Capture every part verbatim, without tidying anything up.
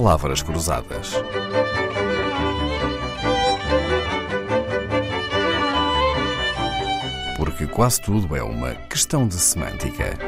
palavras cruzadas. Porque quase tudo é uma questão de semântica.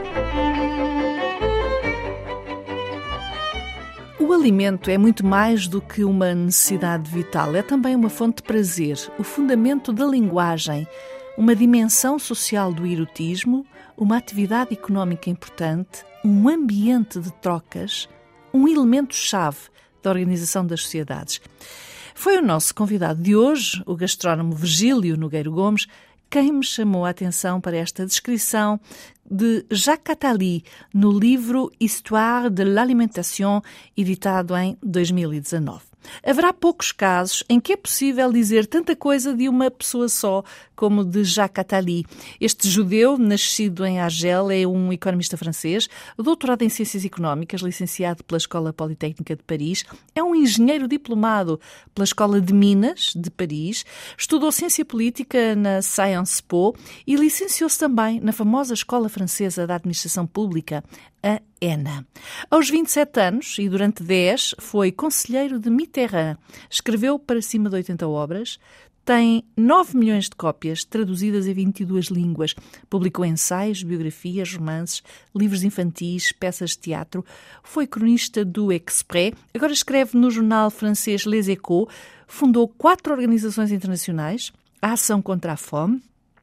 O alimento é muito mais do que uma necessidade vital. É também uma fonte de prazer, o fundamento da linguagem, uma dimensão social do erotismo, uma atividade económica importante, um ambiente de trocas, um elemento-chave da organização das sociedades. Foi o nosso convidado de hoje, o gastrónomo Virgílio Nogueiro Gomes, quem me chamou a atenção para esta descrição de Jacques Attali no livro Histoire de l'alimentation, editado em dois mil e dezanove. Haverá poucos casos em que é possível dizer tanta coisa de uma pessoa só, como de Jacques Attali. Este judeu, nascido em Argel, é um economista francês, doutorado em Ciências Económicas, licenciado pela Escola Politécnica de Paris, é um engenheiro diplomado pela Escola de Minas de Paris, estudou Ciência Política na Sciences Po e licenciou-se também na famosa Escola Francesa da Administração Pública, a ENA. Aos vinte e sete anos, e durante dez, foi conselheiro de Mitterrand. Escreveu para cima de oitenta obras, tem nove milhões de cópias traduzidas em vinte e duas línguas. Publicou ensaios, biografias, romances, livros infantis, peças de teatro. Foi cronista do Express. Agora escreve no jornal francês Les Echos. Fundou quatro organizações internacionais: a Ação contra a Fome,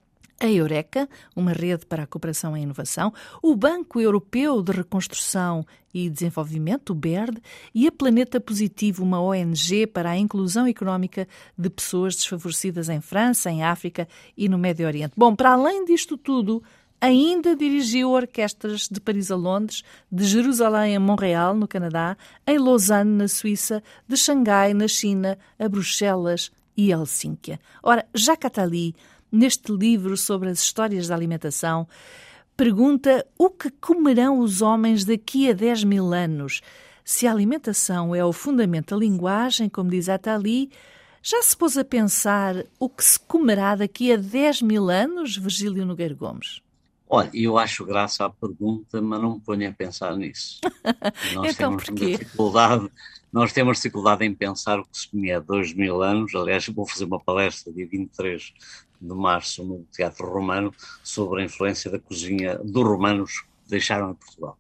a Eureka, uma rede para a cooperação e a inovação, o Banco Europeu de Reconstrução e Desenvolvimento, o B E R D, e a Planeta Positivo, uma O N G para a inclusão económica de pessoas desfavorecidas em França, em África e no Médio Oriente. Bom, para além disto tudo, ainda dirigiu orquestras de Paris a Londres, de Jerusalém a Montreal, no Canadá, em Lausanne, na Suíça, de Xangai, na China, a Bruxelas e Helsínquia. Ora, Jacques Attali, neste livro sobre as histórias da alimentação, pergunta o que comerão os homens daqui a dez mil anos. Se a alimentação é o fundamento da linguagem, como diz Attali, já se pôs a pensar o que se comerá daqui a dez mil anos, Virgílio Nogueiro Gomes? Olha, eu acho graça à pergunta, mas não me ponho a pensar nisso. Nós Então temos porquê? dificuldade, nós temos dificuldade em pensar o que se comia há dois mil anos. Aliás, vou fazer uma palestra dia vinte e três de março no Teatro Romano sobre a influência da cozinha dos romanos que deixaram em Portugal.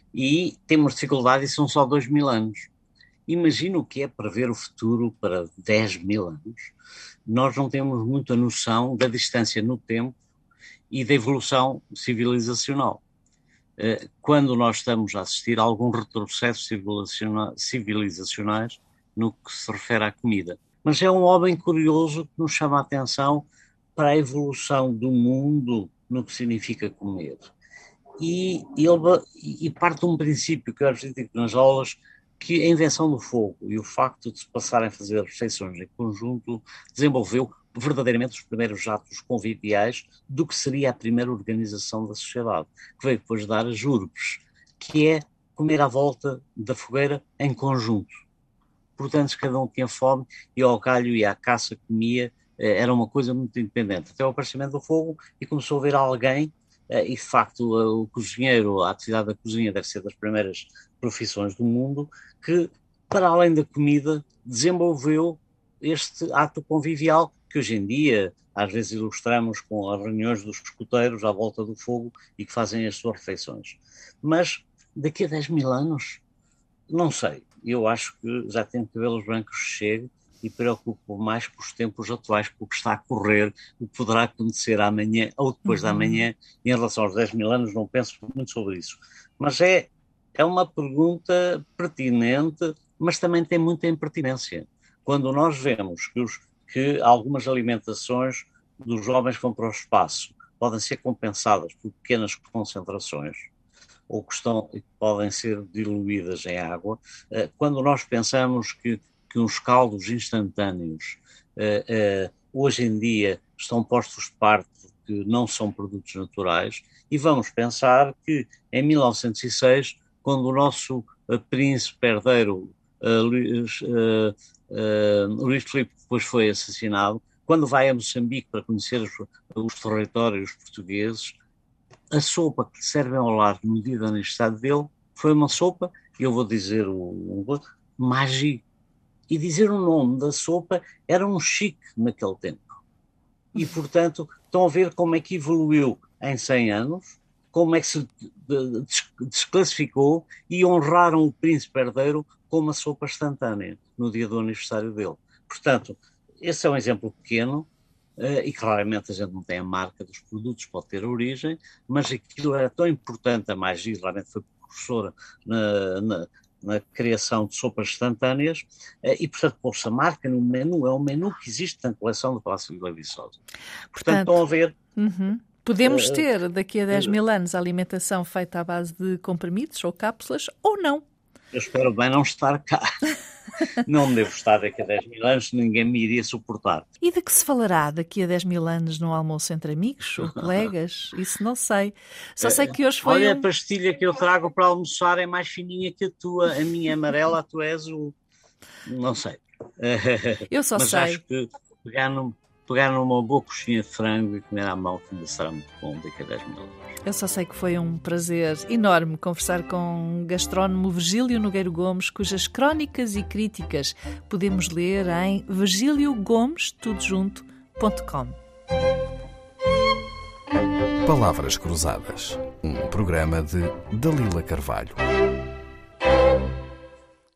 E temos dificuldade e são só dois mil anos. Imagina o que é prever o futuro para dez mil anos. Nós não temos muita noção da distância no tempo e da evolução civilizacional. Quando nós estamos a assistir a algum retrocesso civilizacional, civilizacionais no que se refere à comida. Mas é um homem curioso que nos chama a atenção para a evolução do mundo no que significa comer. E, ele, e parte de um princípio que eu às vezes digo nas aulas, que a invenção do fogo e o facto de se passarem a fazer refeições em conjunto desenvolveu verdadeiramente os primeiros atos conviviais do que seria a primeira organização da sociedade, que veio depois dar as urbes, que é comer à volta da fogueira em conjunto. Portanto, cada um tinha fome e ao galho e à caça comia, era uma coisa muito independente. Até o aparecimento do fogo e começou a ver alguém, e de facto o cozinheiro, a atividade da cozinha deve ser das primeiras profissões do mundo, que para além da comida desenvolveu este ato convivial que hoje em dia às vezes ilustramos com as reuniões dos escuteiros à volta do fogo e que fazem as suas refeições. Mas daqui a dez mil anos, não sei, eu acho que já tenho cabelos brancos que chegue e preocupo mais com os tempos atuais, com o que está a correr, o que poderá acontecer amanhã ou depois uhum. da manhã. Em relação aos dez mil anos não penso muito sobre isso. Mas é, é uma pergunta pertinente, mas também tem muita impertinência. Quando nós vemos que, os, que algumas alimentações dos jovens que vão para o espaço podem ser compensadas por pequenas concentrações, ou que, estão, que podem ser diluídas em água, quando nós pensamos que, que uns caldos instantâneos hoje em dia estão postos de parte que não são produtos naturais, e vamos pensar que em mil novecentos e seis, quando o nosso príncipe herdeiro uh, Luís, uh, uh, Luís Filipe depois foi assassinado, quando vai a Moçambique para conhecer os, os territórios portugueses, a sopa que lhe servem ao lar no dia da aniversário dele foi uma sopa, e eu vou dizer o, Magi. E dizer o nome da sopa era um chique naquele tempo. E, portanto, estão a ver como é que evoluiu em cem anos, como é que se desclassificou e honraram o príncipe herdeiro com uma sopa instantânea no dia do aniversário dele. Portanto, esse é um exemplo pequeno, uh, e claramente a gente não tem a marca dos produtos, pode ter origem, mas aquilo era tão importante, a Magi realmente foi precursora na, na, na criação de sopas instantâneas, uh, e portanto pôs-se a marca no menu, é um menu que existe na coleção do Palácio de Vila Viçosa. Portanto, portanto, estão a ver... Uhum. Podemos ter, daqui a dez mil anos, a alimentação feita à base de comprimidos ou cápsulas, ou não. Eu espero bem não estar cá. Não devo estar daqui a dez mil anos, ninguém me iria suportar. E de que se falará daqui a dez mil anos num almoço entre amigos ou colegas? Isso não sei. Só sei que hoje foi... Olha, um... a pastilha que eu trago para almoçar é mais fininha que a tua. A minha é amarela, a tua é azul. Não sei. Eu só Mas sei. acho que pegar, num, pegar numa boa coxinha de frango e comer à mão que ainda será muito bom daqui a dez mil anos. Eu só sei que foi um prazer enorme conversar com o gastrónomo Virgílio Nogueiro Gomes, cujas crónicas e críticas podemos ler em virgilio gomes tudo junto ponto com. Palavras Cruzadas, um programa de Dalila Carvalho.